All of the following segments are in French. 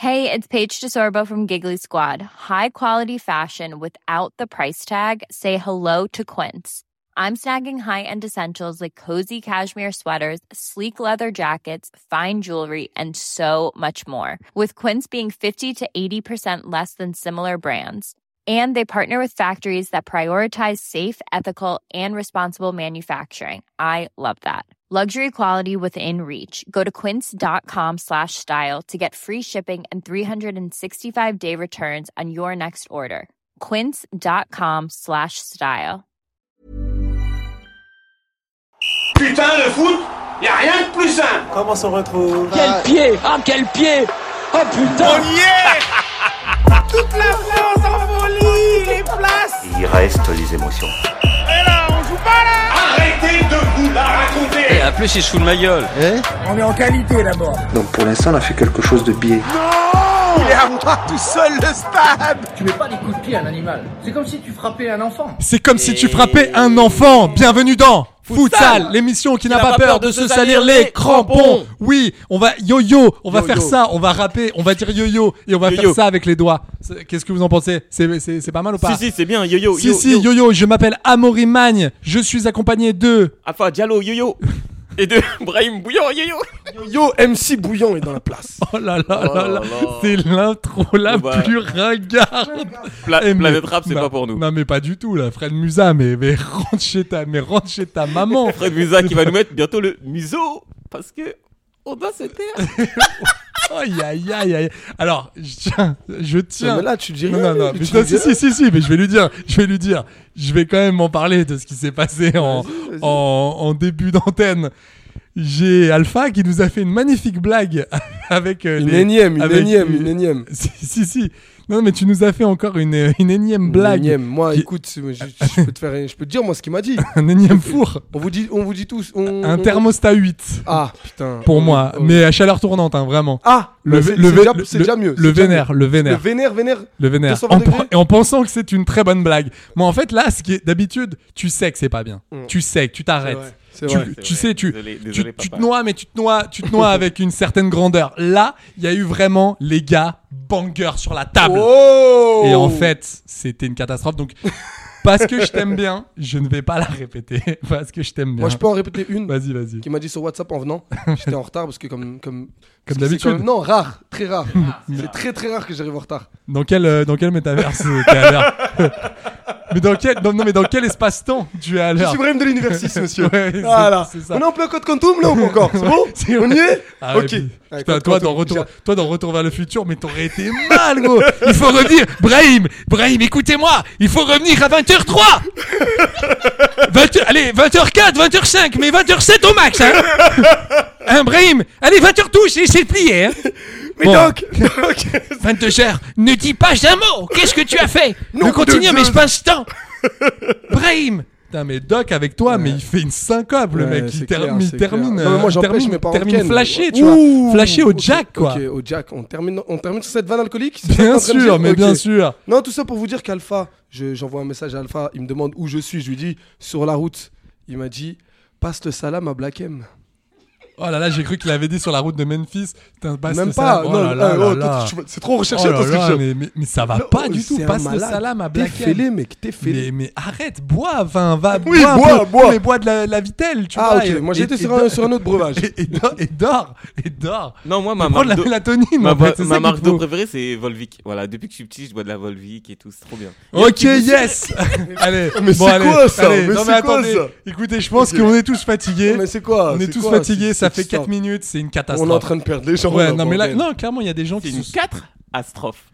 Hey, it's Paige DeSorbo from Giggly Squad. High quality fashion without the price tag. Say hello to Quince. I'm snagging high-end essentials like cozy cashmere sweaters, sleek leather jackets, fine jewelry, and so much more. With Quince being 50 to 80% less than similar brands. And they partner with factories that prioritize safe, ethical, and responsible manufacturing. I love that. Luxury quality within reach. Go to quince.com/style to get free shipping and 365-day returns on your next order. Quince.com/style. Putain, le foot, y a rien de plus simple. Comment s'en retrouve? Quel pied! Ah, quel pied! Oh putain! On y est. Toute la France en folie, les places. Il reste les émotions. Et là, on joue pas là. Arrêtez de vous la raconter. Et en plus, il se fout de ma gueule. On est en qualité d'abord. Donc pour l'instant, on a fait quelque chose de biais. Non, il est à moi tout seul le stade. Tu mets pas des coups de pied à un animal. C'est comme si tu frappais un enfant. C'est comme si tu frappais un enfant. Bienvenue dans Futsal, l'émission qui n'a pas peur de se salir les crampons. Oui, on va yo-yo, on va faire ça, on va rapper, on va dire yo-yo et on va faire ça avec les doigts. Qu'est-ce que vous en pensez? C'est pas mal ou pas? Si, c'est bien, yo-yo. Si, yo-yo, je m'appelle Amaury Magne, je suis accompagné de Alpha Diallo, yo-yo. Et de Brahim Bouillon, yo-yo. Yo, MC Bouillon est dans la place. Oh là là, c'est l'intro la plus ringarde. Planète Rap, c'est pas pour nous. Non mais pas du tout là, Fred Musa, mais rentre chez ta maman. Fred Musa qui va nous mettre bientôt le museau parce que on doit se taire. Aïe aïe aïe aïe. Alors, je tiens. Non, mais là, tu dis rien. Non, mais si, mais je vais lui dire. Je vais quand même en parler de ce qui s'est passé en début d'antenne. J'ai Alpha qui nous a fait une magnifique blague avec une énième. Si. Non, mais tu nous as fait encore une énième blague. Moi, écoute, je peux te dire moi ce qu'il m'a dit. Un énième four. On vous dit tous. Un thermostat 8. Ah putain. Pour moi, mais à chaleur tournante, hein, vraiment. Ah, c'est déjà mieux. Le vénère. Le vénère. En pensant que c'est une très bonne blague. Moi, en fait, là, ce qui est d'habitude, tu sais que c'est pas bien. Tu sais que tu t'arrêtes. Tu sais, tu te noies, mais tu te noies avec une certaine grandeur. Là, il y a eu vraiment les gars banger sur la table. Oh et en fait, c'était une catastrophe. Donc, parce que je t'aime bien, je ne vais pas la répéter. Parce que je t'aime bien. Moi, je peux en répéter une. Vas-y. Qui m'a dit sur WhatsApp en venant. J'étais en retard parce que comme d'habitude. Non, rare, très rare. C'est très très rare que j'arrive en retard. Dans quel métaverse t'es à l'heure? Mais dans quel espace-temps tu es à l'heure? Je suis Brahim de l'université, monsieur. Ouais, voilà. c'est ça. On est en plein code quantum là ou pas encore? C'est bon? On y est? Ok. Putain, toi, dans Retour vers le futur, mais t'aurais été mal, gros. Il faut revenir. Brahim, écoutez-moi. Il faut revenir à 20h03. Allez, 20h04, 20h05, mais 20h07 au max, hein. Hein, Brahim? Allez, 20h12, c'est plié, hein. Mais bon. donc 22h, ne dis pas un mot. Qu'est-ce que tu as fait? Ne continue un espace-temps. Brahim. Putain, mais Doc avec toi, mais il fait une syncope, le mec. Il termine. Non, moi j'empêche mes parents. Termine flashé, tu vois. Flashé au Jack, quoi. Ok, au Jack. On termine sur cette vanne alcoolique. Bien sûr, mais bien sûr. Non, tout ça pour vous dire qu'Alpha, j'envoie un message à Alpha. Il me demande où je suis. Je lui dis sur la route. Il m'a dit passe le salam à Black M. Oh là là, j'ai cru qu'il avait dit sur la route de Memphis. Putain, passe même le pas. salam. C'est trop recherché. Mais ça va pas du tout. Passe le salam à Black M. T'es fêlé, mec. T'es fêlé. Mais arrête, bois. Enfin, va. Oui, bois. Mais bois de la vitelle, tu vois. Ah, ok. Moi, j'étais sur un autre breuvage. Et dors. Non, moi, ma marque de mélatonine. Ma marque d'eau préférée, c'est Volvic. Voilà, depuis que je suis petit, je bois de la Volvic et tout. C'est trop bien. Ok, yes. Allez. Mais c'est quoi ça? Non, mais attendez. Écoutez, je pense qu'on est tous fatigués. Mais c'est quoi? On est tous fatigués. Ça fait 4 minutes. C'est une catastrophe. On est en train de perdre les gens. Ouais, non, mais là, non, clairement, il y a des gens qui sont. C'est une catastrophe.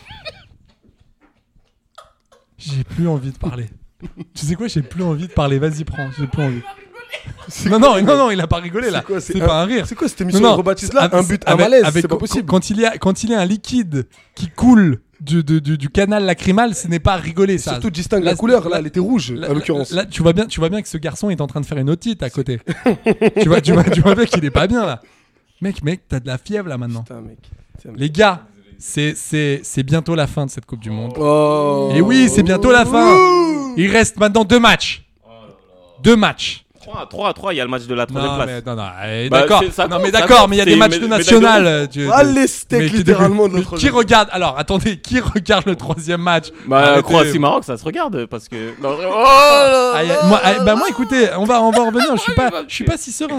J'ai plus envie de parler. Tu sais quoi? J'ai plus envie de parler. Vas-y, prends. J'ai plus envie. Non, il a pas rigolé là. C'est pas un rire. C'est quoi cette émission? Rebaptise là un but à malaise. C'est pas possible. Quand il y a un liquide qui coule du canal lacrymal, ce n'est pas à rigoler, ça. Surtout distingue la couleur. Là, elle était rouge en l'occurrence. Là, tu vois bien que ce garçon est en train de faire une otite à côté. tu vois bien qu'il est pas bien là. Mec, t'as de la fièvre là maintenant. Putain, mec. Les gars, c'est bientôt la fin de cette Coupe du Monde. Oh. Et oui, c'est bientôt la fin. Il reste maintenant 2 matchs. 2 matchs. 3-3, il y a le match de la 3ème place. D'accord. Non, mais d'accord, mais il y a des matchs de national. Les steaks littéralement de notre Qui regarde? Alors, attendez, qui regarde le 3e match? Croatie-Maroc, ça se regarde parce que. Moi, écoutez, on va en revenir. Je suis pas si serein.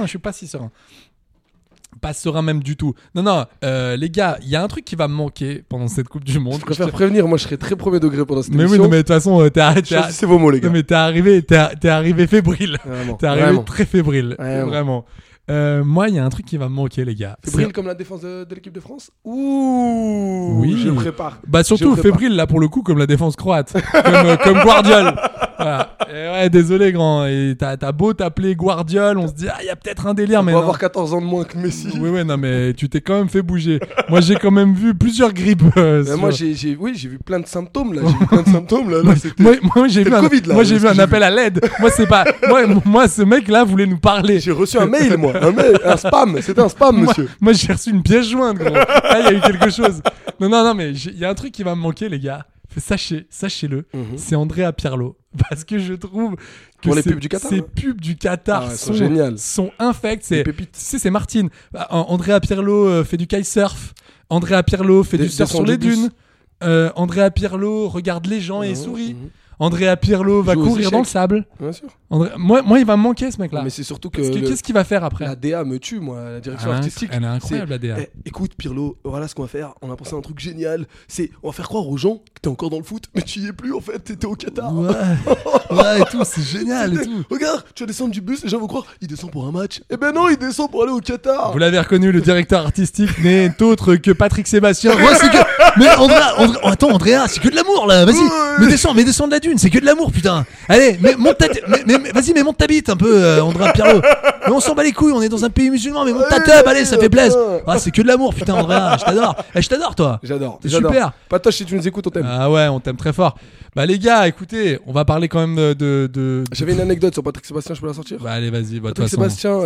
Pas serein même du tout. Non, les gars, il y a un truc qui va me manquer pendant cette Coupe du Monde. Je préfère prévenir, moi je serai très premier degré pendant cette émission. Mais oui, mais de toute façon, c'est vos mots, les gars. Non, mais t'es arrivé fébrile. T'es arrivé très fébrile. Vraiment. Moi, il y a un truc qui va me manquer, les gars. Fébrile comme la défense de l'équipe de France? Ouh, oui. Je prépare. Bah surtout fébrile là pour le coup comme la défense croate, comme Guardiol. Voilà. Et ouais, désolé grand. Et t'as beau t'appeler Guardiol, on se dit il y a peut-être un délire, mais on va avoir 14 ans de moins que Messi. Oui, non mais tu t'es quand même fait bouger. Moi j'ai quand même vu plusieurs grippes. Moi j'ai vu plein de symptômes là. Moi j'ai vu un appel à l'aide. Moi c'est pas. Moi ce mec là voulait nous parler. J'ai reçu un mail moi. Un spam. C'était un spam, monsieur. Moi j'ai reçu une pièce jointe gros. Là il y a eu quelque chose. Non mais il y a un truc qui va me manquer les gars. Sachez-le, c'est Andrea Pirlo. Parce que je trouve que les pubs du Qatar, ces pubs du Qatar sont infects. C'est Martine. Andrea Pirlo fait du kitesurf. Andrea Pirlo fait du surf sur les dunes. Andrea Pirlo regarde les gens et sourit. Andrea Pirlo va courir dans le sable. Bien sûr. Moi, il va me manquer ce mec-là. Mais c'est surtout que. Qu'est-ce qu'il va faire après? La DA me tue, moi. La direction artistique. Elle est incroyable, la DA. Écoute, Pirlo, voilà ce qu'on va faire. On a pensé à un truc génial. On va faire croire aux gens que t'es encore dans le foot, mais tu y es plus en fait. T'étais au Qatar. Ouais, et tout. C'est génial et tout. Regarde, tu vas descendre du bus. Les gens vont croire, il descend pour un match. Eh ben non, il descend pour aller au Qatar. Vous l'avez reconnu, le directeur artistique n'est autre que Patrick Sébastien. Mais Andrea, c'est que de l'amour là. Vas-y, mais descends de la dune. C'est que de l'amour, putain. Allez, monte vas-y, monte ta bite un peu, Andrea Pirlo. Mais on s'en bat les couilles, on est dans un pays musulman, mais monte ta teub, allez, ça fait plaisir. C'est que de l'amour, putain, Andrea, je t'adore. Je t'adore, toi. J'adore. C'est super. Patoche, si tu nous écoutes, on t'aime. Ah ouais, on t'aime très fort. Bah les gars, écoutez, on va parler quand même de... J'avais une anecdote sur Patrick Sébastien, je peux la sortir? Bah allez, vas-y. Patrick Sébastien...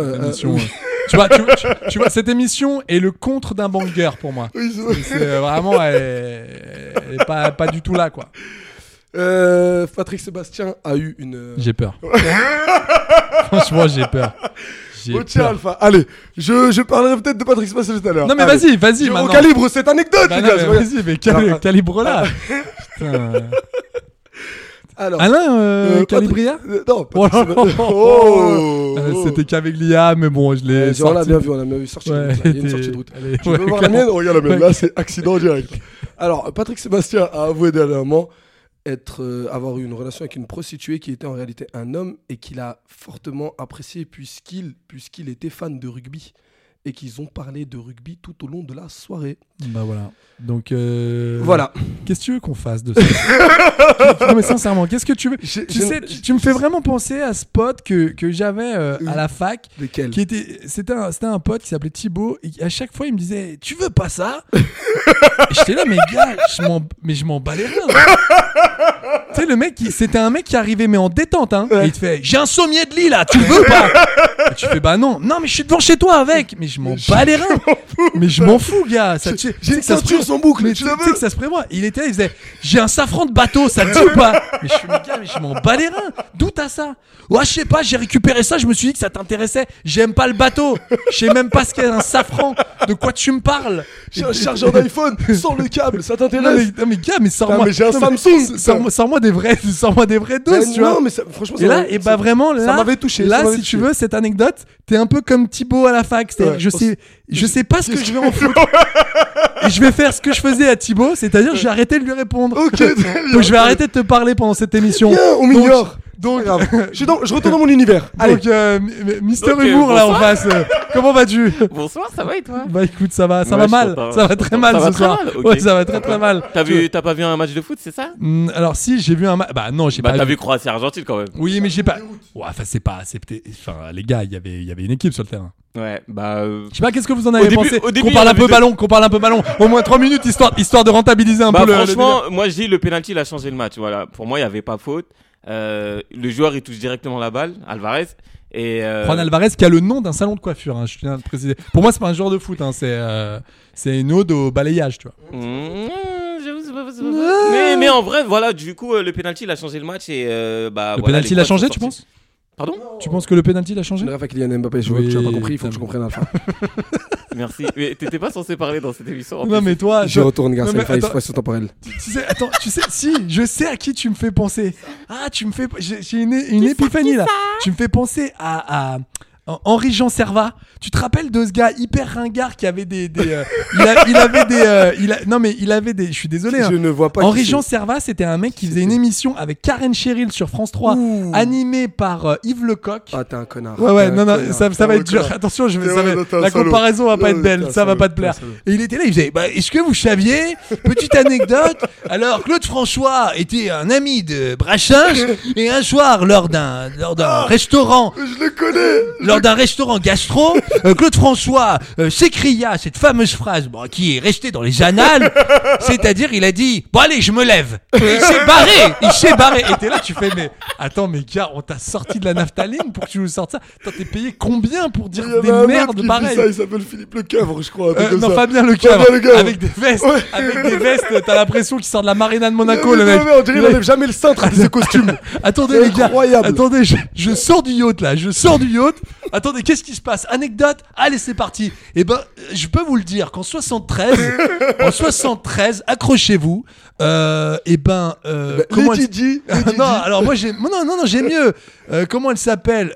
Tu vois, cette émission est le contre d'un banger pour moi. Oui, c'est vraiment, elle est pas du tout là, quoi. Patrick Sébastien a eu une... J'ai peur. Franchement, j'ai peur. Tiens, Alpha, allez, je parlerai peut-être de Patrick Sébastien tout à l'heure. Non mais allez. vas-y On calibre cette anecdote, les gars. Vas-y, mais calibre-la. Putain. Alors, Alain Calibria Non, c'était Caveglia, mais bon, je l'ai sorti. On l'a bien vu, sorti de route. Il y a une sortie de route. Tu veux voir la mienne? Regarde la mienne, là c'est accident direct. Alors, Patrick Sébastien a avoué dernièrement avoir eu une relation avec une prostituée qui était en réalité un homme et qu'il a fortement apprécié puisqu'il était fan de rugby et qu'ils ont parlé de rugby tout au long de la soirée. Bah voilà. Donc voilà. Qu'est-ce que tu veux qu'on fasse de ça? Non mais sincèrement, qu'est-ce que tu veux? Tu me fais vraiment penser à ce pote que j'avais à la fac. Lequel? C'était un pote qui s'appelait Thibaut et à chaque fois il me disait tu veux pas ça? Et j'étais là mais gars, je m'en bats les reins. Tu sais le mec c'était un mec qui arrivait mais en détente hein. Et il te fait j'ai un sommier de lit là, tu veux pas? Et tu fais bah non mais je suis devant chez toi avec. Mais je m'en bats les reins. Mais je m'en fous gars. J'ai une ceinture sans boucle. Mais tu sais que ça se prévoit. Il était là, il faisait j'ai un safran de bateau, ça te dit ou pas? Mais je suis le gars, mais je m'en bats les reins. D'où t'as ça? Ouais, je sais pas, j'ai récupéré ça, je me suis dit que ça t'intéressait. J'aime pas le bateau. Je sais même pas ce qu'est un safran. De quoi tu me parles? J'ai un chargeur d'iPhone sans le câble, ça t'intéresse? Non mais gars, mais sors-moi. Mais j'ai un Samsung. Sors-moi des vraies doses, tu vois. Non, mais franchement, et là, et bah vraiment, là, ça m'avait touché. Là, si tu veux, cette anecdote, t'es un peu comme Thibaut à la fac. C'est-à-dire, je sais pas ce que je vais en foutre. Et je vais faire ce que je faisais à Thibaut, c'est-à-dire je vais arrêter de lui répondre. Donc je vais arrêter de te parler pendant cette émission. Bien, on m'ignore. Donc, je retourne dans mon univers. Allez. Donc, Mister Humour là en face. Comment vas-tu? Bonsoir, ça va et toi? Bah écoute, ça va mal. Ça va très mal ce soir. Ouais, ça va très mal. T'as pas vu un match de foot, c'est ça? Alors si, j'ai vu un match. Bah non, j'ai pas. T'as vu Croatie-Argentine quand même. Oui, mais j'ai pas. Ouais, enfin c'est pas. Enfin les gars, il y avait une équipe sur le terrain. Ouais, bah. Je sais pas, qu'est-ce que vous en avez pensé? Qu'on parle un peu ballon. Au moins 3 minutes histoire de rentabiliser un peu le. Franchement, moi je dis le penalty il a changé le match. Voilà, pour moi il y avait pas faute. Le joueur il touche directement la balle, Alvarez. Et Juan Alvarez qui a le nom d'un salon de coiffure, hein, je tiens à le préciser. Pour moi c'est pas un joueur de foot, hein, c'est une ode au balayage, tu vois. Mais en vrai, voilà, du coup le penalty il a changé le match et le penalty il a changé, tu penses? Pardon ? Tu penses que le penalty l'a changé ? Le ref avec Kylian Mbappé, tu n'as pas compris, il faut que je comprenne à la fin. Merci. Mais t'étais pas censé parler dans cette émission. Non, mais toi. Je retourne, gars, c'est une attends, façon temporelle. Tu sais, si, je sais à qui tu me fais penser. Ah, j'ai une épiphanie là. Tu me fais penser à Henri-Jean Servat. Tu te rappelles de ce gars hyper ringard qui avait il avait des je suis désolé. Je ne vois pas. Henri-Jean Servat, c'était un mec qui faisait une émission avec Karen Cheryl sur France 3, animée par Yves Lecoq. Ah, t'es un connard. Ouais, non, ça va être dur. Attention, la comparaison va pas être belle, ça va pas te plaire. Et il était là, il disait, est-ce que vous saviez, petite anecdote, alors Claude François était un ami de Brachinge et un soir lors d'un restaurant, je le connais. Lors d'un restaurant gastro, Claude François s'écria cette fameuse phrase qui est restée dans les annales, c'est-à-dire il a dit « Bon allez, je me lève !» Et il s'est barré. Et t'es là, tu fais « Mais attends, mais gars, on t'a sorti de la naphtaline pour que tu nous sortes ça. Attends, t'es payé combien pour dire des merdes pareilles ?» Il s'appelle Philippe Lecoeuvre, je crois. Non, Fabien Lecoeuvre. Avec des vestes. Ouais. Avec des vestes, t'as l'impression qu'il sort de la Marina de Monaco, le mec. On dirait qu'il n'enlève jamais le cintre de ses costumes. Attendez les gars, attendez, je sors du yacht là, Attendez, qu'est-ce qui se passe ? Anecdote ? Allez, c'est parti. Eh ben, je peux vous le dire qu'en 73, accrochez-vous. Comment elle dit Non, alors moi j'ai mieux. Comment elle s'appelle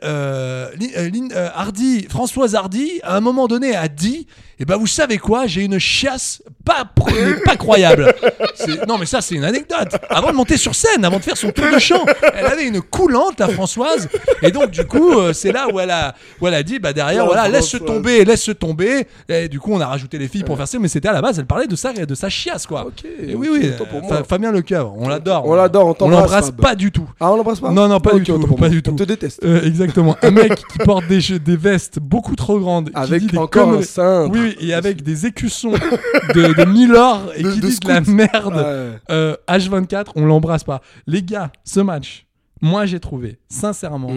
Françoise Hardy, à un moment donné a dit vous savez quoi, j'ai une chiasse pas croyable. Non mais ça c'est une anecdote. Avant de monter sur scène, avant de faire son tour de chant, elle avait une coulante, la Françoise, et donc du coup c'est là où elle a dit derrière laisse se tomber. Et du coup on a rajouté les filles pour faire ça, mais c'était à la base elle parlait de sa chiasse quoi. Et oui, Fabien Lecoeuvre, on l'adore, on l'embrasse pas du tout. Ah, on l'embrasse pas ? Non, pas du tout. On te déteste. Exactement. Un mec qui porte des vestes beaucoup trop grandes, avec qui dit encore un cintre. Oui, et avec des écussons de Milord et qui dit de la merde. H24, on l'embrasse pas. Les gars, ce match, moi j'ai trouvé sincèrement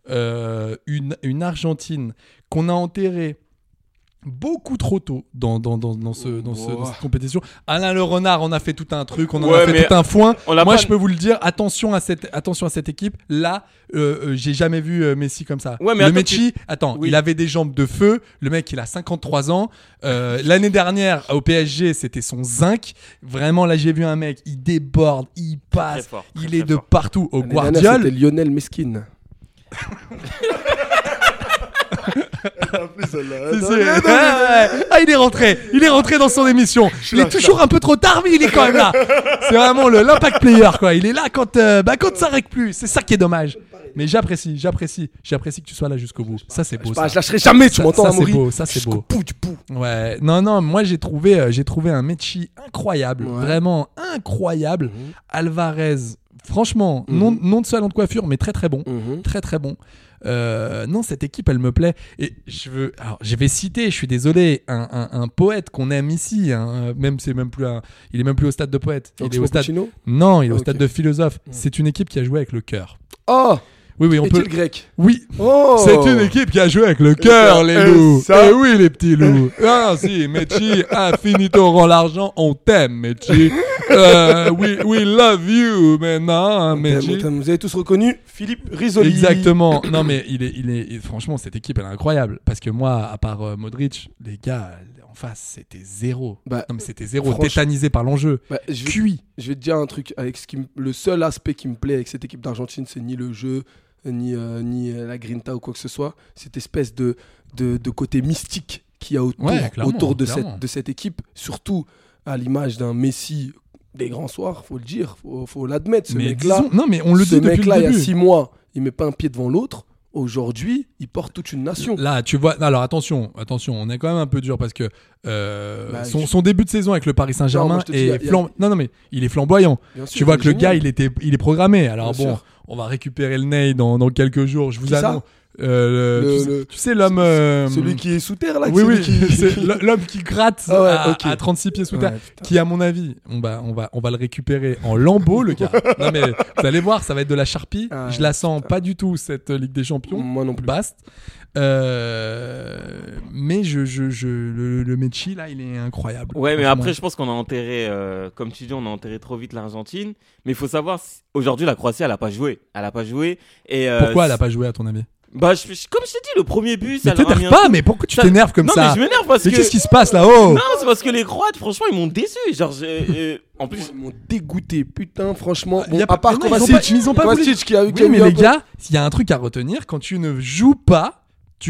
une Argentine qu'on a enterrée beaucoup trop tôt dans cette compétition. Alain Le Renard, on a fait tout un truc, on en a fait tout un foin. Moi, je peux vous le dire, attention à cette équipe. Là, j'ai jamais vu Messi comme ça. Ouais, mais Messi, il avait des jambes de feu. Le mec, il a 53 ans. L'année dernière, au PSG, c'était son zinc. Vraiment, là, j'ai vu un mec, il déborde, il passe, il est de partout. Au Guardiola, c'était Lionel Mesquine. Il est rentré dans son émission. Il est toujours un peu trop tard, mais il est quand même là. C'est vraiment l'impact player quoi. Il est là quand ça règle plus. C'est ça qui est dommage. Mais j'apprécie que tu sois là jusqu'au bout. Ça c'est beau. Je lâcherai jamais, tu m'entends, Amaury. Ça c'est beau. Ouais. Non, moi j'ai trouvé un Messi incroyable, vraiment incroyable. Alvarez, franchement, non de salon de coiffure, mais très très bon, très très bon. Non, cette équipe elle me plaît et je vais citer, je suis désolé, un poète qu'on aime ici, il est même plus au stade de poète, il est au stade au stade de philosophe. C'est une équipe qui a joué avec le cœur. Oui, on peut. Le grec. Oui. C'est une équipe qui a joué avec le cœur, les loups. Eh oui, les petits loups. Ah, si, Messi, infinito rend l'argent, on t'aime, Messi. We love you, maintenant, Messi. Vous avez tous reconnu Philippe Risoli. Exactement. Non, mais il est, franchement, cette équipe, elle est incroyable. Parce que moi, à part Modric, les gars, en face, c'était zéro. Non, mais c'était zéro. Tétanisé par l'enjeu. Cuit. Je vais te dire un truc. Le seul aspect qui me plaît avec cette équipe d'Argentine, c'est ni le jeu, ni la grinta ou quoi que ce soit, cette espèce de côté mystique qu'il y a autour de cette équipe, surtout à l'image d'un Messi des grands soirs, faut le dire, faut l'admettre. Ce mec-là, mais on le dit depuis le début. Il y a 6 mois, il met pas un pied devant l'autre. Aujourd'hui, il porte toute une nation. Là, tu vois. Alors attention, on est quand même un peu dur parce que son début de saison avec le Paris Saint-Germain mais il est flamboyant. Tu vois que le gars, il est programmé. Alors bon, on va récupérer le nez dans quelques jours. Je vous annonce. Tu sais l'homme celui qui est sous terre là. Oui, c'est l'homme qui gratte à 36 pieds sous terre, qui à mon avis on va le récupérer en lambeaux le gars. Non mais vous allez voir, ça va être de la charpie. Je la sens pas du tout cette Ligue des Champions. Moi non plus. Bast. Mais le Messi là, il est incroyable. Ouais, mais après je pense qu'on a enterré, comme tu dis, on a enterré trop vite l'Argentine. Mais il faut savoir, aujourd'hui la Croatie elle a pas joué. Et pourquoi elle a pas joué à ton avis? Bah, comme je t'ai dit, le premier but, ça leur a mis un coup. Mais pourquoi tu t'énerves comme ça? Non, mais je m'énerve parce que. Mais qu'est-ce qui se passe là-haut? Non, c'est parce que les Croates, franchement, ils m'ont déçu. Genre, en plus, ils m'ont dégoûté. Putain, franchement. Bon, à part Kovacic, ils ont pas voulu. Qui a oui, mais les gars, il y a un truc à retenir. Quand tu ne joues pas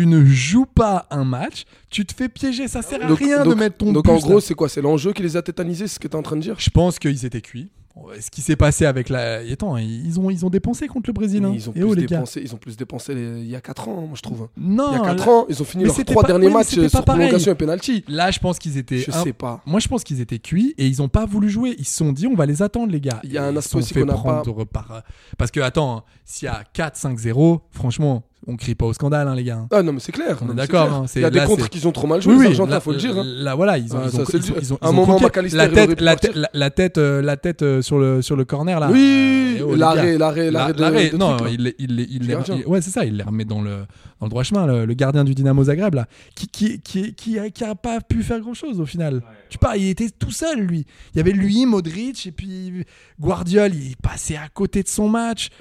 un match, tu te fais piéger. Ça sert à rien de mettre ton but. Donc en gros, c'est quoi? C'est l'enjeu qui les a tétanisés, c'est ce que t'es en train de dire? Je pense qu'ils étaient cuits. Ce qui s'est passé avec la. Attends, ils ont dépensé contre le Brésil. Hein. Ils ont plus dépensé il y a 4 ans, moi je trouve. Non, il y a 4 ans, ils ont fini leurs 3 derniers matchs sur prolongation et penalty. Là, je pense qu'ils étaient. Je sais pas. Moi, je pense qu'ils étaient cuits et ils ont pas voulu jouer. Ils se sont dit, on va les attendre, les gars. Il y a un aspect aussi qu'on n'a pas. Parce que, attends, s'il y a 4-5-0, franchement. On crie pas au scandale, hein, les gars. Ah non, mais c'est clair. On est d'accord. Hein, il y a des contres qui ont trop mal joué, les Argentins, faut le dire. Là, voilà, ils ont un moment McAllister la tête sur le corner là. Oui, l'arrêt de non, ouais, c'est ça, il les remet dans le droit chemin, le gardien du Dynamo Zagreb là, qui a pas pu faire grand chose au final. Ouais. Tu parles, il était tout seul lui. Il y avait lui, Modric et puis Guardiola, il passait à côté de son match.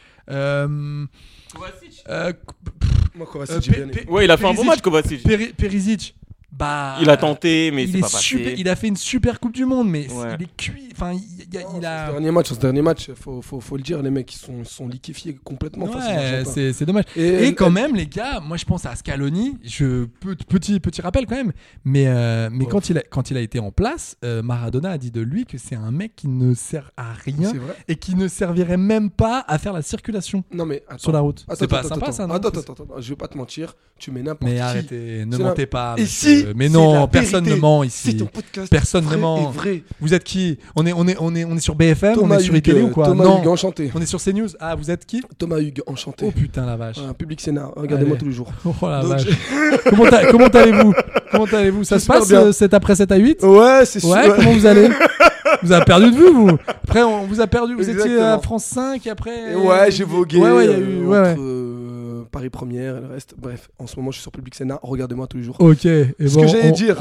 Kovacic. Moi, Kovacic, ouais, il a fait un bon match, Kovacic. Perisic. Bah, il a tenté, mais c'est pas passé. Il a fait une super Coupe du Monde, mais il est cuit. Enfin, il a. Ce dernier match, faut le dire, les mecs ils sont liquéfiés complètement. Ouais, c'est dommage. Et quand même, les gars, moi je pense à Scaloni. Petit rappel quand même. Mais quand il a été en place, Maradona a dit de lui que c'est un mec qui ne sert à rien et qui ne servirait même pas à faire la circulation. Non mais sur la route. C'est pas sympa ça, non? Attends, je vais pas te mentir. Tu mets n'importe qui. Mais arrêtez, ne mentez pas. Et si mais non, personne ne ment ici. C'est ton podcast. Personne ne ment. Vous êtes qui? On est sur BFM, Thomas on est sur Hugues, télé ou quoi? Thomas Non. Hugues, enchanté. On est sur CNews. Ah, vous êtes qui? Thomas Hugues, enchanté. Oh putain la vache. Public Sénat. Regardez-moi tous les jours. Oh la vache. Comment allez-vous? Ça se passe bien. 7 après 7 à 8? Ouais, c'est sûr. Ouais, comment vous allez? Vous avez perdu de vue, vous. Après, on vous a perdu. Vous étiez à France 5 et après. Ouais, j'ai vogué. Ouais, il y a eu. Paris Première et le reste. Bref, en ce moment, je suis sur Public Sénat. Regardez-moi tous les jours. Ok. Et ce que j'allais dire,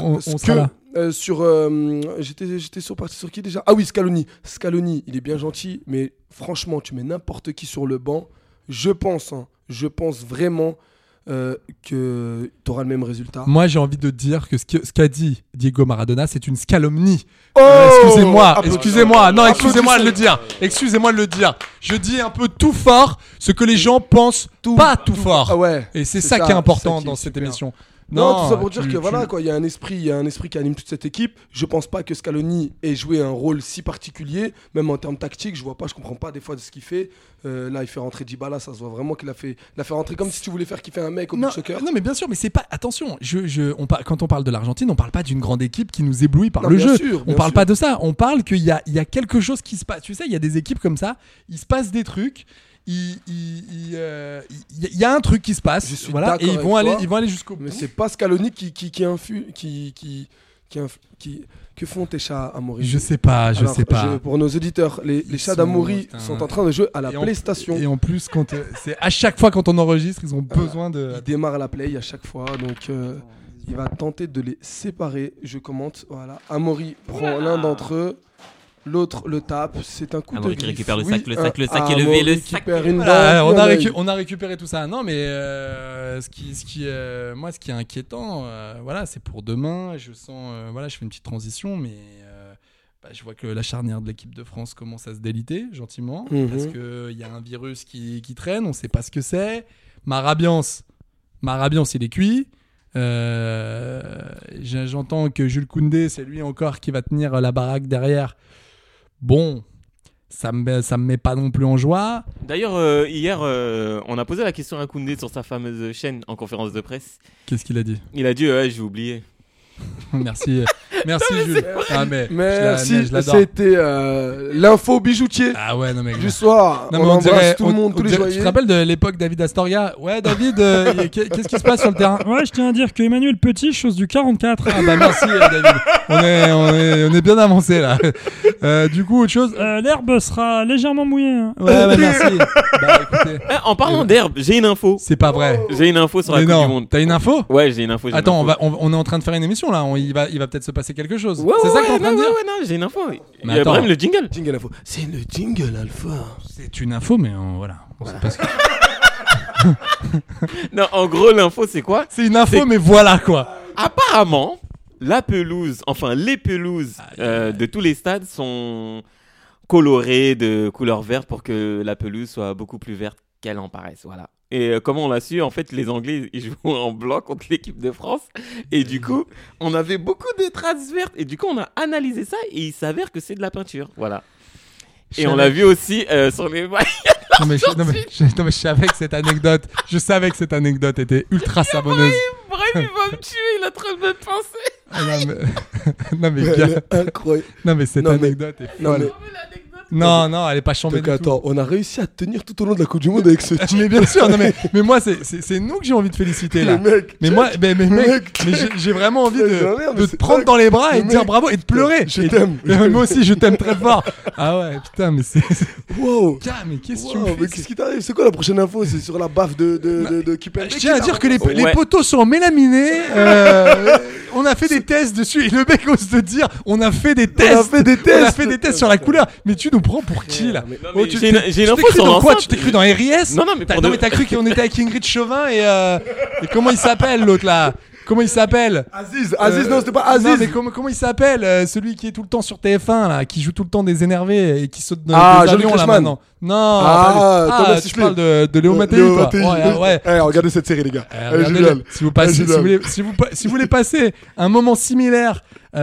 j'étais parti sur qui déjà? Ah oui, Scaloni. Scaloni, il est bien gentil, mais franchement, tu mets n'importe qui sur le banc. Je pense vraiment que tu auras le même résultat. Moi, j'ai envie de dire que ce qu'a dit Diego Maradona, c'est une calomnie. Excusez-moi. Non, excusez-moi de le dire. Excusez-moi de le dire. Je dis un peu tout fort ce que les gens pensent pas tout fort. Ah ouais. Et c'est ça qui est important dans cette émission. Non, tout ça pour dire que voilà quoi, il y a un esprit qui anime toute cette équipe. Je pense pas que Scaloni ait joué un rôle si particulier, même en termes tactiques, je comprends pas des fois de ce qu'il fait. Là, il fait rentrer Dybala, ça se voit vraiment qu'il a fait rentrer comme si tu voulais faire kiffer un mec au beach soccer. Non, mais bien sûr, mais c'est pas. Attention, quand on parle de l'Argentine, on parle pas d'une grande équipe qui nous éblouit par le jeu. On parle pas de ça. On parle qu'il y a quelque chose qui se passe. Tu sais, il y a des équipes comme ça, il se passe des trucs. Il y a un truc qui se passe, et ils vont aller jusqu'au bout. Mais c'est pas Scaloni que font tes chats Amaury? Je sais pas. Pour nos auditeurs, les chats d'Amaury sont en train de jouer à la PlayStation. Et en plus, c'est à chaque fois quand on enregistre, ils ont besoin de. Ils démarrent la play à chaque fois, donc il va tenter de les séparer. Je commente. Voilà, Amaury prend l'un d'entre eux. L'autre le tape, c'est un coup de griffe. Qui récupère le sac est levé, le sac. On a récupéré tout ça. Non, mais ce qui est inquiétant, c'est pour demain. Je sens, je fais une petite transition, mais je vois que la charnière de l'équipe de France commence à se déliter gentiment, parce que il y a un virus qui traîne, on sait pas ce que c'est. Marabiance, il est cuit. J'entends que Jules Koundé, c'est lui encore qui va tenir la baraque derrière. Bon, ça me met pas non plus en joie. D'ailleurs, hier, on a posé la question à Koundé sur sa fameuse chaîne en conférence de presse. Qu'est-ce qu'il a dit? Il a dit j'ai oublié. Merci Merci Jules. Ah, Merci, je l'adore. c'était l'info bijoutier Ah ouais, non mais du soir. Non, mais on embrasse dirait, tout le monde, tous les tu te joyeux. rappelles de l'époque David Astoria? Ouais, David, qu'est-ce qui se passe sur le terrain? Ouais, je tiens à dire que Emmanuel Petit chose du 44. Ah bah merci David. On est bien avancé là. Du coup, autre chose. L'herbe sera légèrement mouillée. Hein. Ouais, merci. Bah écoutez. En parlant d'herbe, j'ai une info. C'est pas vrai. J'ai une info sur la Coupe du Monde. T'as une info? Ouais, j'ai une info. Attends, on est en train de faire une émission là. Il va peut-être se passer quelque chose. Ouais, c'est ça que t'es en train de dire? Ouais, non, j'ai une info. Mais Il y a attends. même le jingle. Jingle info. C'est le jingle alpha. C'est une info, mais voilà. C'est parce que... Non, en gros, l'info, c'est quoi? C'est une info, mais voilà quoi. Apparemment, la pelouse, enfin les pelouses de tous les stades sont colorées de couleur verte pour que la pelouse soit beaucoup plus verte qu'elle en paraisse. Voilà. Et comment on l'a su? En fait, les Anglais, ils jouent en bloc contre l'équipe de France. Et du coup, on avait beaucoup de traces vertes. Et du coup, on a analysé ça et il s'avère que c'est de la peinture. Voilà. Et on l'a vu aussi sur les mailles. Non mais je savais que cette anecdote était ultra savonneuse. Bref, il va me tuer, il a trop de penser. Non mais gars, incroyable. Non mais cette anecdote est folle. Non, elle est pas chambée du tout. Attends, on a réussi à tenir tout au long de la Coupe du Monde avec ce type. Mais bien sûr, non mais moi c'est nous que j'ai envie de féliciter là. Mais moi, j'ai vraiment envie de te prendre dans les bras et de dire bravo et de pleurer. Je t'aime. Moi aussi, je t'aime très fort. Ah ouais, putain, mais c'est. Wow. Mais qu'est-ce que tu me fais? Mais qu'est-ce qui t'arrive? C'est quoi la prochaine info? C'est sur la baffe de Kimpembe. Je tiens à dire que les poteaux sont mélaminés. On a fait des tests dessus et le mec ose te dire on a fait des tests sur la couleur. Mais tu nous prends pour qui là? J'ai une info sur dans quoi? l'enceinte. Tu t'es cru dans RIS? Non, mais t'as cru qu'on était avec Ingrid Chauvin et comment il s'appelle l'autre là? Comment il s'appelle? Aziz, non, c'était pas Aziz. Non, mais comment il s'appelle celui qui est tout le temps sur TF1 là, qui joue tout le temps des énervés et qui saute dans des avions là maintenant. Non, tu parles de Léo Mattei toi. Ouais. Regardez cette série les gars. Regardez-le. Si vous voulez passer un moment similaire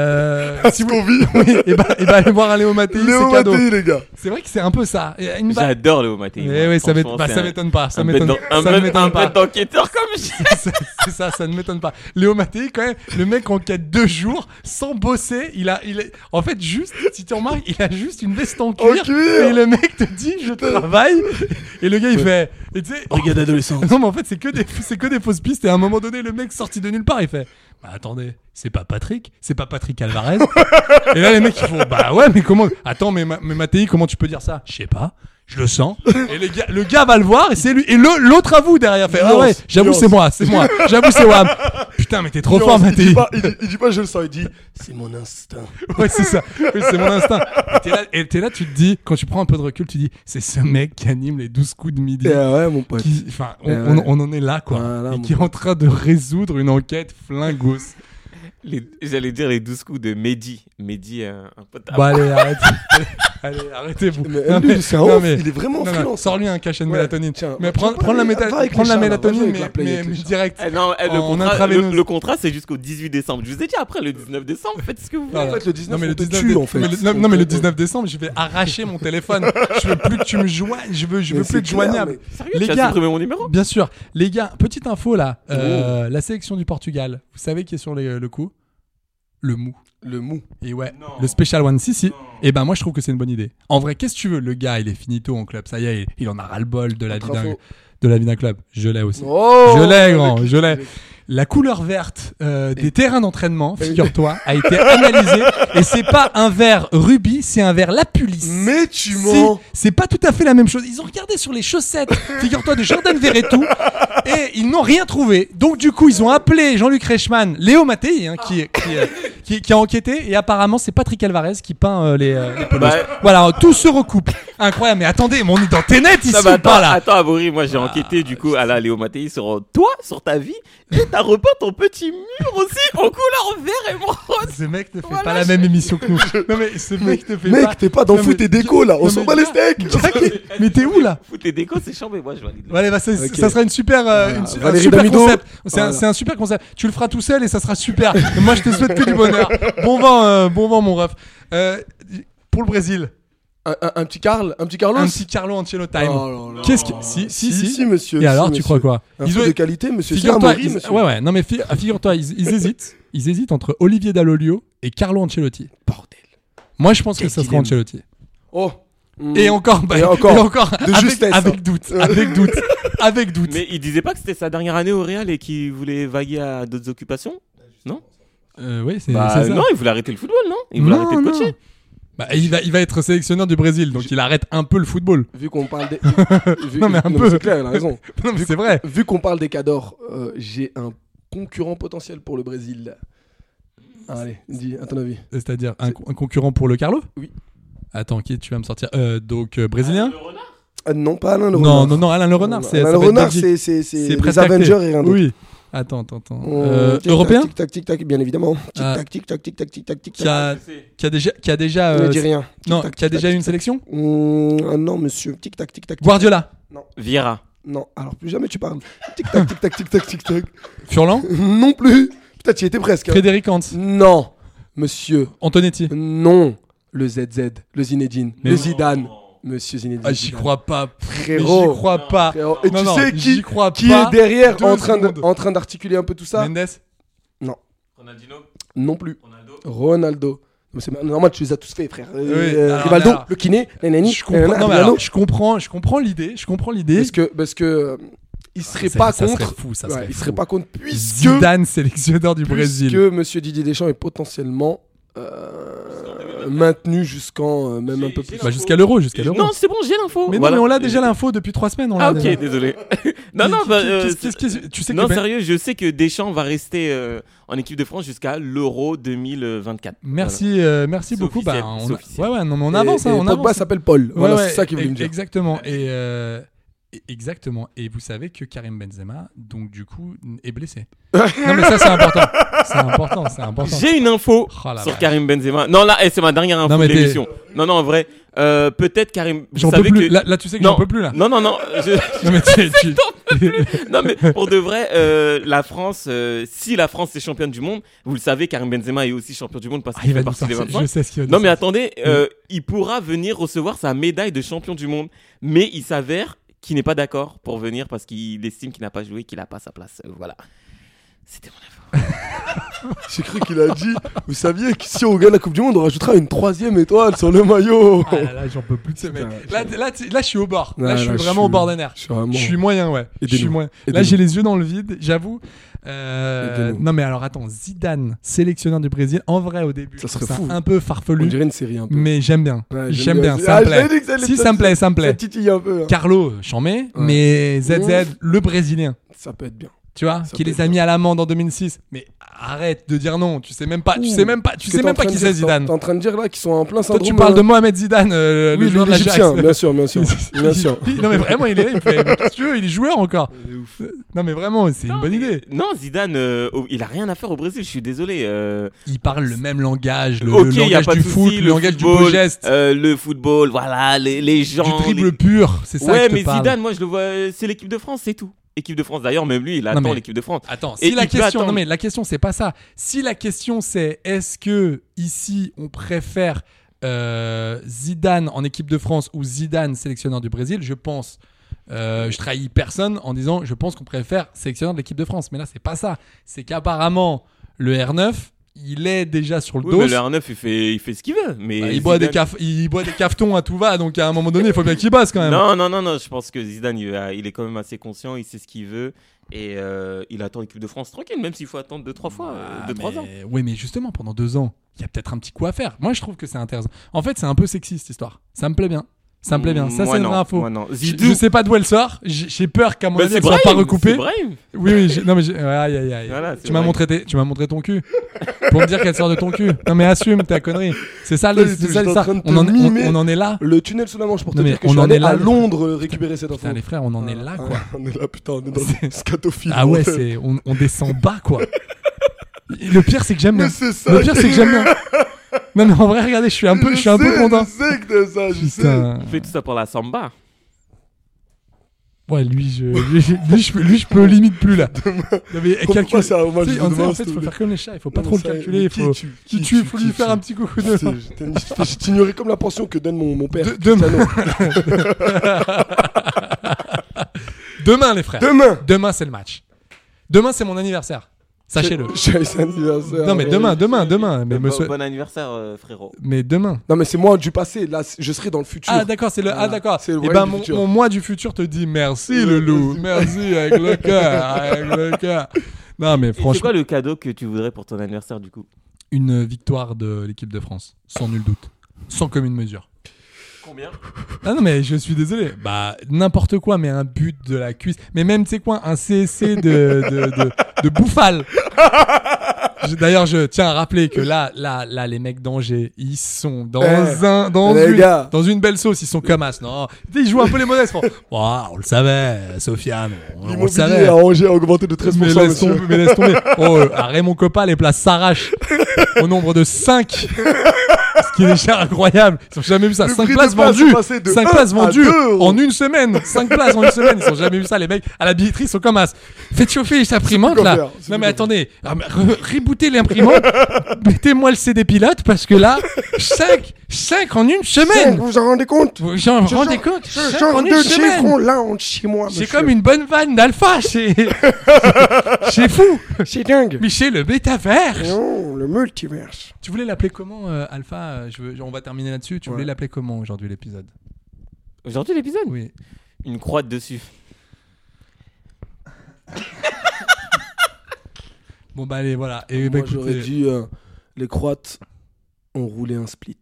si vous et allez voir un Léo Mattei, c'est cadeau. Les gars. C'est vrai que c'est un peu ça. J'adore Léo Mattei. Oui, ça m'étonne pas. Un bête d'enquêteur comme c'est ça ne m'étonne pas. Léo Mattei, quand même, le mec enquête 2 jours sans bosser. En fait, juste, si tu remarques, il a juste une veste en cuir. Et le mec te dit, je travaille. Et le gars, il fait. Regarde adolescent. Non, mais en fait, c'est que des fausses pistes. Et à un moment donné, le mec sorti de nulle part, il fait. Bah attendez, c'est pas Patrick Alvarez. Et là les mecs ils font bah ouais mais comment? Attends mais Mattei, comment tu peux dire ça? Je sais pas, je le sens. Et le gars va le voir et c'est lui et l'autre avoue derrière fait ah ouais, j'avoue c'est moi, j'avoue c'est Wam. Putain mais t'es trop fort Mattei. Il dit pas je le sens, il dit c'est mon instinct. Ouais c'est ça, oui, c'est mon instinct. Et t'es là tu te dis quand tu prends un peu de recul tu dis c'est ce mec qui anime les 12 coups de midi. Ouais mon pote. On en est là quoi. Et qui est en train de résoudre une enquête flingos. J'allais dire les 12 coups de Mehdi, un pote. Bah allez, arrêtez-vous. Mais c'est un ouf, il est vraiment freelance. Sors-lui un cachet de mélatonine. Mais prends la mélatonine, mais direct. Non, le contrat c'est jusqu'au 18 décembre. Je vous ai dit après le 19 décembre, faites ce que vous voulez. En fait, le 19 on te tue en fait. Non mais le 19 décembre, je vais arracher mon téléphone. Je veux plus que tu me joignes. Je veux plus être joignable. Les gars, supprimé mon numéro. Bien sûr. Les gars, petite info là. La sélection du Portugal. Vous savez qui est sur le coup? Le mou. Et ouais, le Special One, si. Et ben moi je trouve que c'est une bonne idée. En vrai, qu'est-ce que tu veux? Le gars, il est finito en club. Ça y est, il en a ras-le-bol de la vie d'un club. Je l'ai aussi. Je l'ai. La couleur verte des terrains d'entraînement, figure-toi, a été analysée. Et c'est pas un vert rubis, c'est un vert lapullis. Mais tu mens. C'est pas tout à fait la même chose. Ils ont regardé sur les chaussettes, figure-toi, de Jordan Verretou. Et ils n'ont rien trouvé. Donc du coup, ils ont appelé Jean-Luc Reichmann, Léo Mattei, qui a enquêté. Et apparemment, c'est Patrick Alvarez qui peint les pelouses. Voilà, tout se recoupe. Incroyable. Mais attendez, on est dans Tenet ici ou pas là? Attends, Amaury, moi j'ai enquêté du coup à la Léo Mattei sur toi, sur ta vie. Et t'as repeint ton petit mur aussi en couleur vert et rose. Ce mec ne fait pas la même émission que nous. Non mais ce mec ne fait pas. Mec, t'es pas dans foot et déco là. On s'en bat les steaks. Mais t'es où là? Foot et déco, c'est chambé. Moi, je valide. Allez, ça sera une super, un super concept. C'est un super concept. Tu le feras tout seul et ça sera super. Moi, je te souhaite que du bonheur. Bon vent, mon ref. Pour le Brésil. Un petit Carlos. Un petit Carlo Ancelotti. Qu'est-ce que si monsieur. Et alors tu crois quoi? Un peu de qualité monsieur. Figure-toi. Ouais non mais figure-toi ils Ils hésitent entre Olivier Dall'Oglio et Carlo Ancelotti. Bordel. Moi, je pense que ça sera Ancelotti. Oh. Et encore, de justesse, avec doute. Mais il disait pas que c'était sa dernière année au Real et qu'il voulait vaguer à d'autres occupations, non? Oui, c'est ça. Non, il voulait arrêter le football, non? Il voulait arrêter de coacher. Bah, il va être sélectionneur du Brésil, donc il arrête un peu le football. Vu qu'on parle des... Non, mais un peu. C'est clair, il a raison. Non, mais c'est vrai. Vu qu'on parle des cadors, j'ai un concurrent potentiel pour le Brésil. Allez, dis, à ton avis. C'est-à-dire un concurrent pour le Carlo? Oui. Attends, qui tu vas me sortir? Donc, brésilien? Non, pas Alain Le Renard. Non, Alain Le Renard, c'est... Alain Le Renard, c'est les Avengers et rien d'autre. Oui. Attends. Européen? Tic-tac, bien évidemment. Tic-tac. Qui a déjà... Ne dis rien. Non, qui a déjà une sélection? Non, monsieur. Tic-tac. Guardiola? Non. Vieira? Non, alors plus jamais tu parles. Tic-tac. Furlan? Non plus. Putain, tu y étais presque. Frédéric Hans? Non. Monsieur. Antonetti? Non. Le ZZ, le Zinedine, le Zidane. Monsieur Zinedine. Ah, j'y crois pas. Frérot. J'y crois pas. Frérot. Et non, tu sais qui pas est derrière en en train d'articuler un peu tout ça? Mendes? Non. Ronaldinho? Non plus. Ronaldo. C'est normal, tu les as tous fait, frère. Alors, Rivaldo, le kiné, nanani. Je comprends l'idée. Parce que il serait pas contre. Il serait pas contre puisque Zidane, sélectionneur du Brésil. Puisque monsieur Didier Deschamps est potentiellement maintenu jusqu'en même un peu plus. Jusqu'à l'Euro. Non, c'est bon, j'ai l'info. Mais voilà. Non, mais on l'a déjà l'info depuis 3 semaines. Ok, désolé. Tu sais non, sérieux, je sais que Deschamps va rester en équipe de France jusqu'à l'Euro 2024. Merci beaucoup. On avance. Pogba s'appelle Paul. Voilà, c'est ça qu'il voulait me dire. Exactement. Exactement. Et vous savez que Karim Benzema, donc du coup, est blessé. Non, mais ça, c'est important. C'est important. J'ai une info sur Karim Benzema. Non, là, c'est ma dernière info de l'émission. Non, en vrai, peut-être Karim. J'en peux plus. Là, tu sais que j'en peux plus là. Non. Non, mais pour de vrai, la France, si la France est championne du monde, vous le savez, Karim Benzema est aussi champion du monde parce qu'il fait partie des 25. Je sais ce qu'il va dire. Non, mais attendez, il pourra venir recevoir sa médaille de champion du monde, mais il s'avère qui n'est pas d'accord pour venir parce qu'il estime qu'il n'a pas joué, qu'il n'a pas sa place. Voilà. C'était mon info. J'ai cru qu'il a dit, vous saviez que si on gagne la Coupe du Monde, on rajoutera une 3e étoile sur le maillot. Ah là, j'en peux plus de ce mec. Là, je suis au bord. Là, je suis vraiment au bord d'un air. Je suis moyen, ouais. Là, j'ai les yeux dans le vide, j'avoue. Non, mais alors attends, Zidane, sélectionneur du Brésil, en vrai, au début, ça serait fou. Un peu farfelu. On dirait une série un peu. Mais j'aime bien. Ouais, j'aime bien. Ça me plaît. Si, ça me plaît. Ça titille un peu. Carlo, j'en mets, mais ZZ, le Brésilien. Ça peut être bien. Tu vois, qui les a mis à l'amende en 2006. Mais arrête de dire non. Tu sais même pas qui c'est Zidane. T'es en train de dire là qu'ils sont en plein syndrome. Toi, tu parles de Mohamed Zidane, le joueur l'Égyptien, bien sûr. Non, mais vraiment, il est là. Il fait, qu'est-ce que tu veux, il est joueur encore. Non, mais vraiment, c'est une bonne idée. Non, Zidane, il a rien à faire au Brésil. Je suis désolé. Il parle le même langage, le langage du foot, le langage du beau geste. Le football, voilà, les gens. Du dribble pur, c'est ça que je te parle. Ouais, mais Zidane, moi, je le vois, c'est l'équipe de France, c'est tout. Équipe de France d'ailleurs, même lui il attend l'équipe de France. Attends, si la question, non mais la question c'est pas ça. Si la question c'est est-ce que ici on préfère Zidane en équipe de France ou Zidane sélectionneur du Brésil, je pense je trahis personne en disant je pense qu'on préfère sélectionneur de l'équipe de France, mais là c'est pas ça. C'est qu'apparemment le R9 il est déjà sur le dos. Mais le R9 il fait ce qu'il veut. Mais il boit des cafetons à tout va, donc à un moment donné il faut bien qu'il bosse quand même. Non, je pense que Zidane il est quand même assez conscient, il sait ce qu'il veut et il attend l'équipe de France tranquille, même s'il faut attendre 2-3 fois, 2-3 ans. Oui, mais justement pendant 2 ans, il y a peut-être un petit coup à faire. Moi je trouve que c'est intéressant. En fait c'est un peu sexy cette histoire. Ça me plaît bien. Ça, c'est une vraie info. Je sais pas d'où elle sort. J'ai peur qu'à mon avis, elle soit pas recoupée. Oui. Non, mais aïe. Voilà, tu m'as montré ton cul pour me dire qu'elle sort de ton cul. Non, mais assume ta connerie. C'est ça, ça. On en est là. Le tunnel sous la Manche pour te dire que je suis allé à Londres récupérer cette info. Putain, les frères, on en est là, quoi. On est là, putain, on est dans le scatophile. Ah ouais, on descend bas, quoi. Le pire, c'est que j'aime bien. Non mais en vrai regardez, je suis un peu content. Je sais que ça, je sais. Tu fais tout ça pour la samba. Ouais, lui je peux limite plus là. Non mais calcule ça au match de demain. En fait, il faut faire comme les chats, il faut pas trop le calculer, il faut lui faire un petit coucou de. Je t'ignorais comme la pension que donne mon père. Demain les frères. Demain c'est le match. Demain c'est mon anniversaire. Sachez-le. Joyeux anniversaire. Non, mais demain. Mais Bon anniversaire, frérot. Mais demain. Non, mais c'est moi du passé. Là, je serai dans le futur. Ah, d'accord, c'est le. Ah, d'accord. C'est le Et voyage ben, du futur. mon moi du futur te dit merci, le loup. Merci, avec le cœur. Non, mais C'est franchement. quoi le cadeau que tu voudrais pour ton anniversaire, du coup? Une victoire de l'équipe de France. Sans nul doute. Sans commune mesure. Combien? Ah non, mais je suis désolé. Bah, n'importe quoi, mais un but de la cuisse. Mais même, tu sais quoi, un CSC de Bouffal. D'ailleurs, je tiens à rappeler que là, les mecs d'Angers, ils sont dans une belle sauce. Ils sont comme as. Non, ils jouent un peu les modestes. On le savait, Sofiane. On le savait. À Angers a augmenté de 13%. Mais laisse tomber. À Raymond Coppa, les places s'arrachent au nombre de 5. Ce qui est déjà incroyable. Ils ont jamais vu ça. 5 places vendues. 5 places vendues en une semaine. 5 places en une semaine. Ils ont jamais vu ça. Les mecs à la billetterie sont comme as. Faites chauffer les imprimantes là. Non mais attendez. Rebootez l'imprimante. Mettez-moi le CD pilote parce que là, 5 en une semaine. Vous vous en rendez compte? Vous en rendez compte? Ce genre de chiffres là on chez moi. C'est comme une bonne vanne d'Alpha. C'est fou. C'est dingue. Michel, le métavers. Non, le multiverse. Tu voulais l'appeler comment, Alpha? On va terminer là-dessus. Tu voulais l'appeler comment aujourd'hui l'épisode? Aujourd'hui l'épisode? Oui. Une croix dessus. Bon bah allez, voilà. Et moi j'aurais dit les Croates ont roulé un split.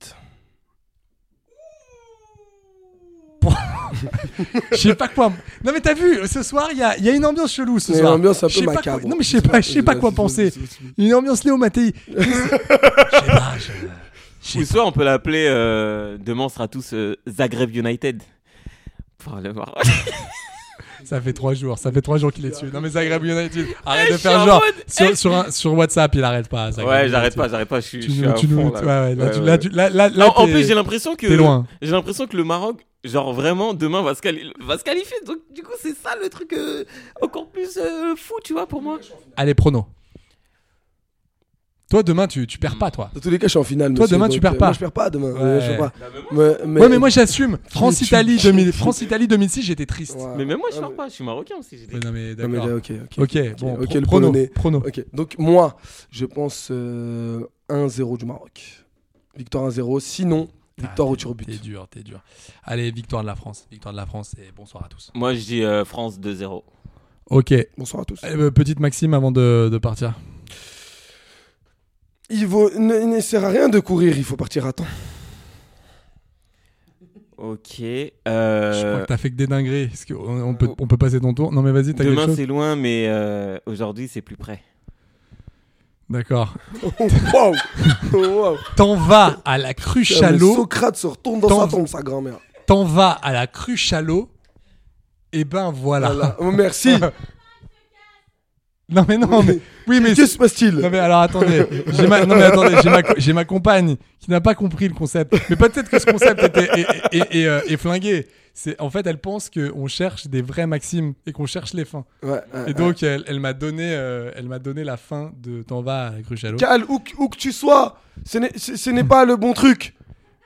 Je sais pas quoi. Non mais t'as vu, ce soir il y a une ambiance chelou ce soir. Une ambiance un peu macabre. Non mais je sais pas quoi penser. Une ambiance Léo Mattei. Je sais pas. Ou soit on peut l'appeler demain on sera tous Zagreb United. Pour le voir. Ça fait 3 jours qu'il est dessus. Non mais Zagreb United, arrête de faire genre sur WhatsApp, il arrête pas. Ouais, j'arrête pas, je suis à fond là. En plus, j'ai l'impression que le Maroc, genre vraiment demain va se qualifier. Donc du coup, c'est ça le truc encore plus fou, tu vois, pour moi. Allez, prono. Toi demain tu perds pas toi. Dans tous les cas je suis en finale. Toi demain tu perds pas. Moi je perds pas demain. Ouais. Je perds pas. Mais moi j'assume. France-Italie 2006 j'étais triste. Ouais. Mais même moi je perds pas. Je suis marocain aussi. Non mais d'accord. Ok. Bon. Prono. Ok. Donc moi je pense 1-0 du Maroc. Victoire 1-0. Sinon victoire au tir au but. T'es dur. Allez, victoire de la France et bonsoir à tous. Moi je dis France 2-0. Ok. Bonsoir à tous. Petite Maxime avant de partir. Il ne sert à rien de courir, il faut partir à temps. Ok. Je crois que t'as fait que des dingueries. On peut passer ton tour. Non mais vas-y, t'as quelque chose. Demain c'est loin, mais aujourd'hui c'est plus près. D'accord. Wow. T'en vas à la Cruchalo. Socrate se retourne dans sa tombe, sa grand-mère. T'en vas à la Cruchalo. Et ben voilà. Oh, merci. Non mais oui mais que se passe-t-il? Non mais alors attendez, j'ai ma compagne qui n'a pas compris le concept. Mais peut-être que ce concept est flingué. C'est en fait elle pense que on cherche des vrais maximes et qu'on cherche les fins. Et donc elle m'a donné la fin de T'en vas à Cruchalo. Cal, où que tu sois, ce n'est pas le bon truc.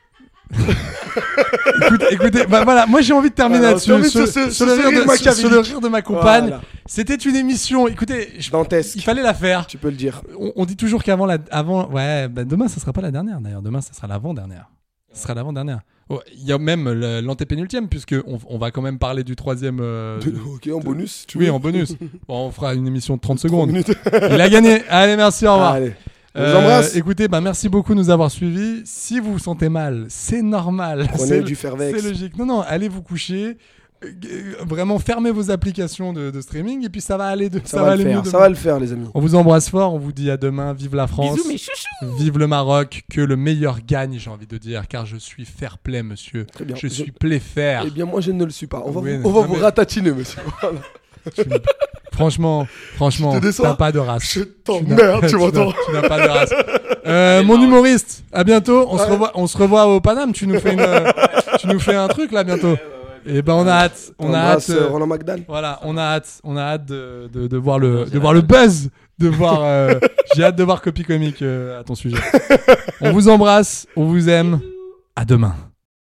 Écoutez, bah voilà, moi j'ai envie de terminer là-dessus sur le rire de ma compagne. Voilà. C'était une émission, écoutez, dantesque. Il fallait la faire. Tu peux le dire. On dit toujours qu'avant demain ça sera pas la dernière d'ailleurs, demain ça sera l'avant-dernière. Ce sera l'avant-dernière. Il y a même l'antépénultième puisque on va quand même parler du troisième. Ok, en bonus. En bonus. Bon, on fera une émission de 30 secondes. Il a gagné. Allez, merci, au revoir. Allez. On vous embrasse. Écoutez, merci beaucoup de nous avoir suivis. Si vous vous sentez mal, c'est normal. Prenez du Fervex. C'est logique. Non, allez vous coucher. Vraiment, fermez vos applications de streaming et puis ça va aller mieux. Ça va le faire, les amis. On vous embrasse fort. On vous dit à demain. Vive la France. Bisous, mes chouchous. Vive le Maroc. Que le meilleur gagne, j'ai envie de dire, car je suis fair play, monsieur. Très bien. Je suis play fair. Eh bien, moi, je ne le suis pas. On va vous ratatiner, monsieur. Franchement, t'as pas de race. Je t'emmerde, tu m'entends. Tu n'as pas de race. Mon humoriste, à bientôt. On se revoit au Paname. Tu nous fais un truc là bientôt. Et ben on a hâte. Roland McDan. Voilà, on a hâte de voir le buzz, j'ai hâte de voir Copy Comique à ton sujet. On vous embrasse, on vous aime. À demain.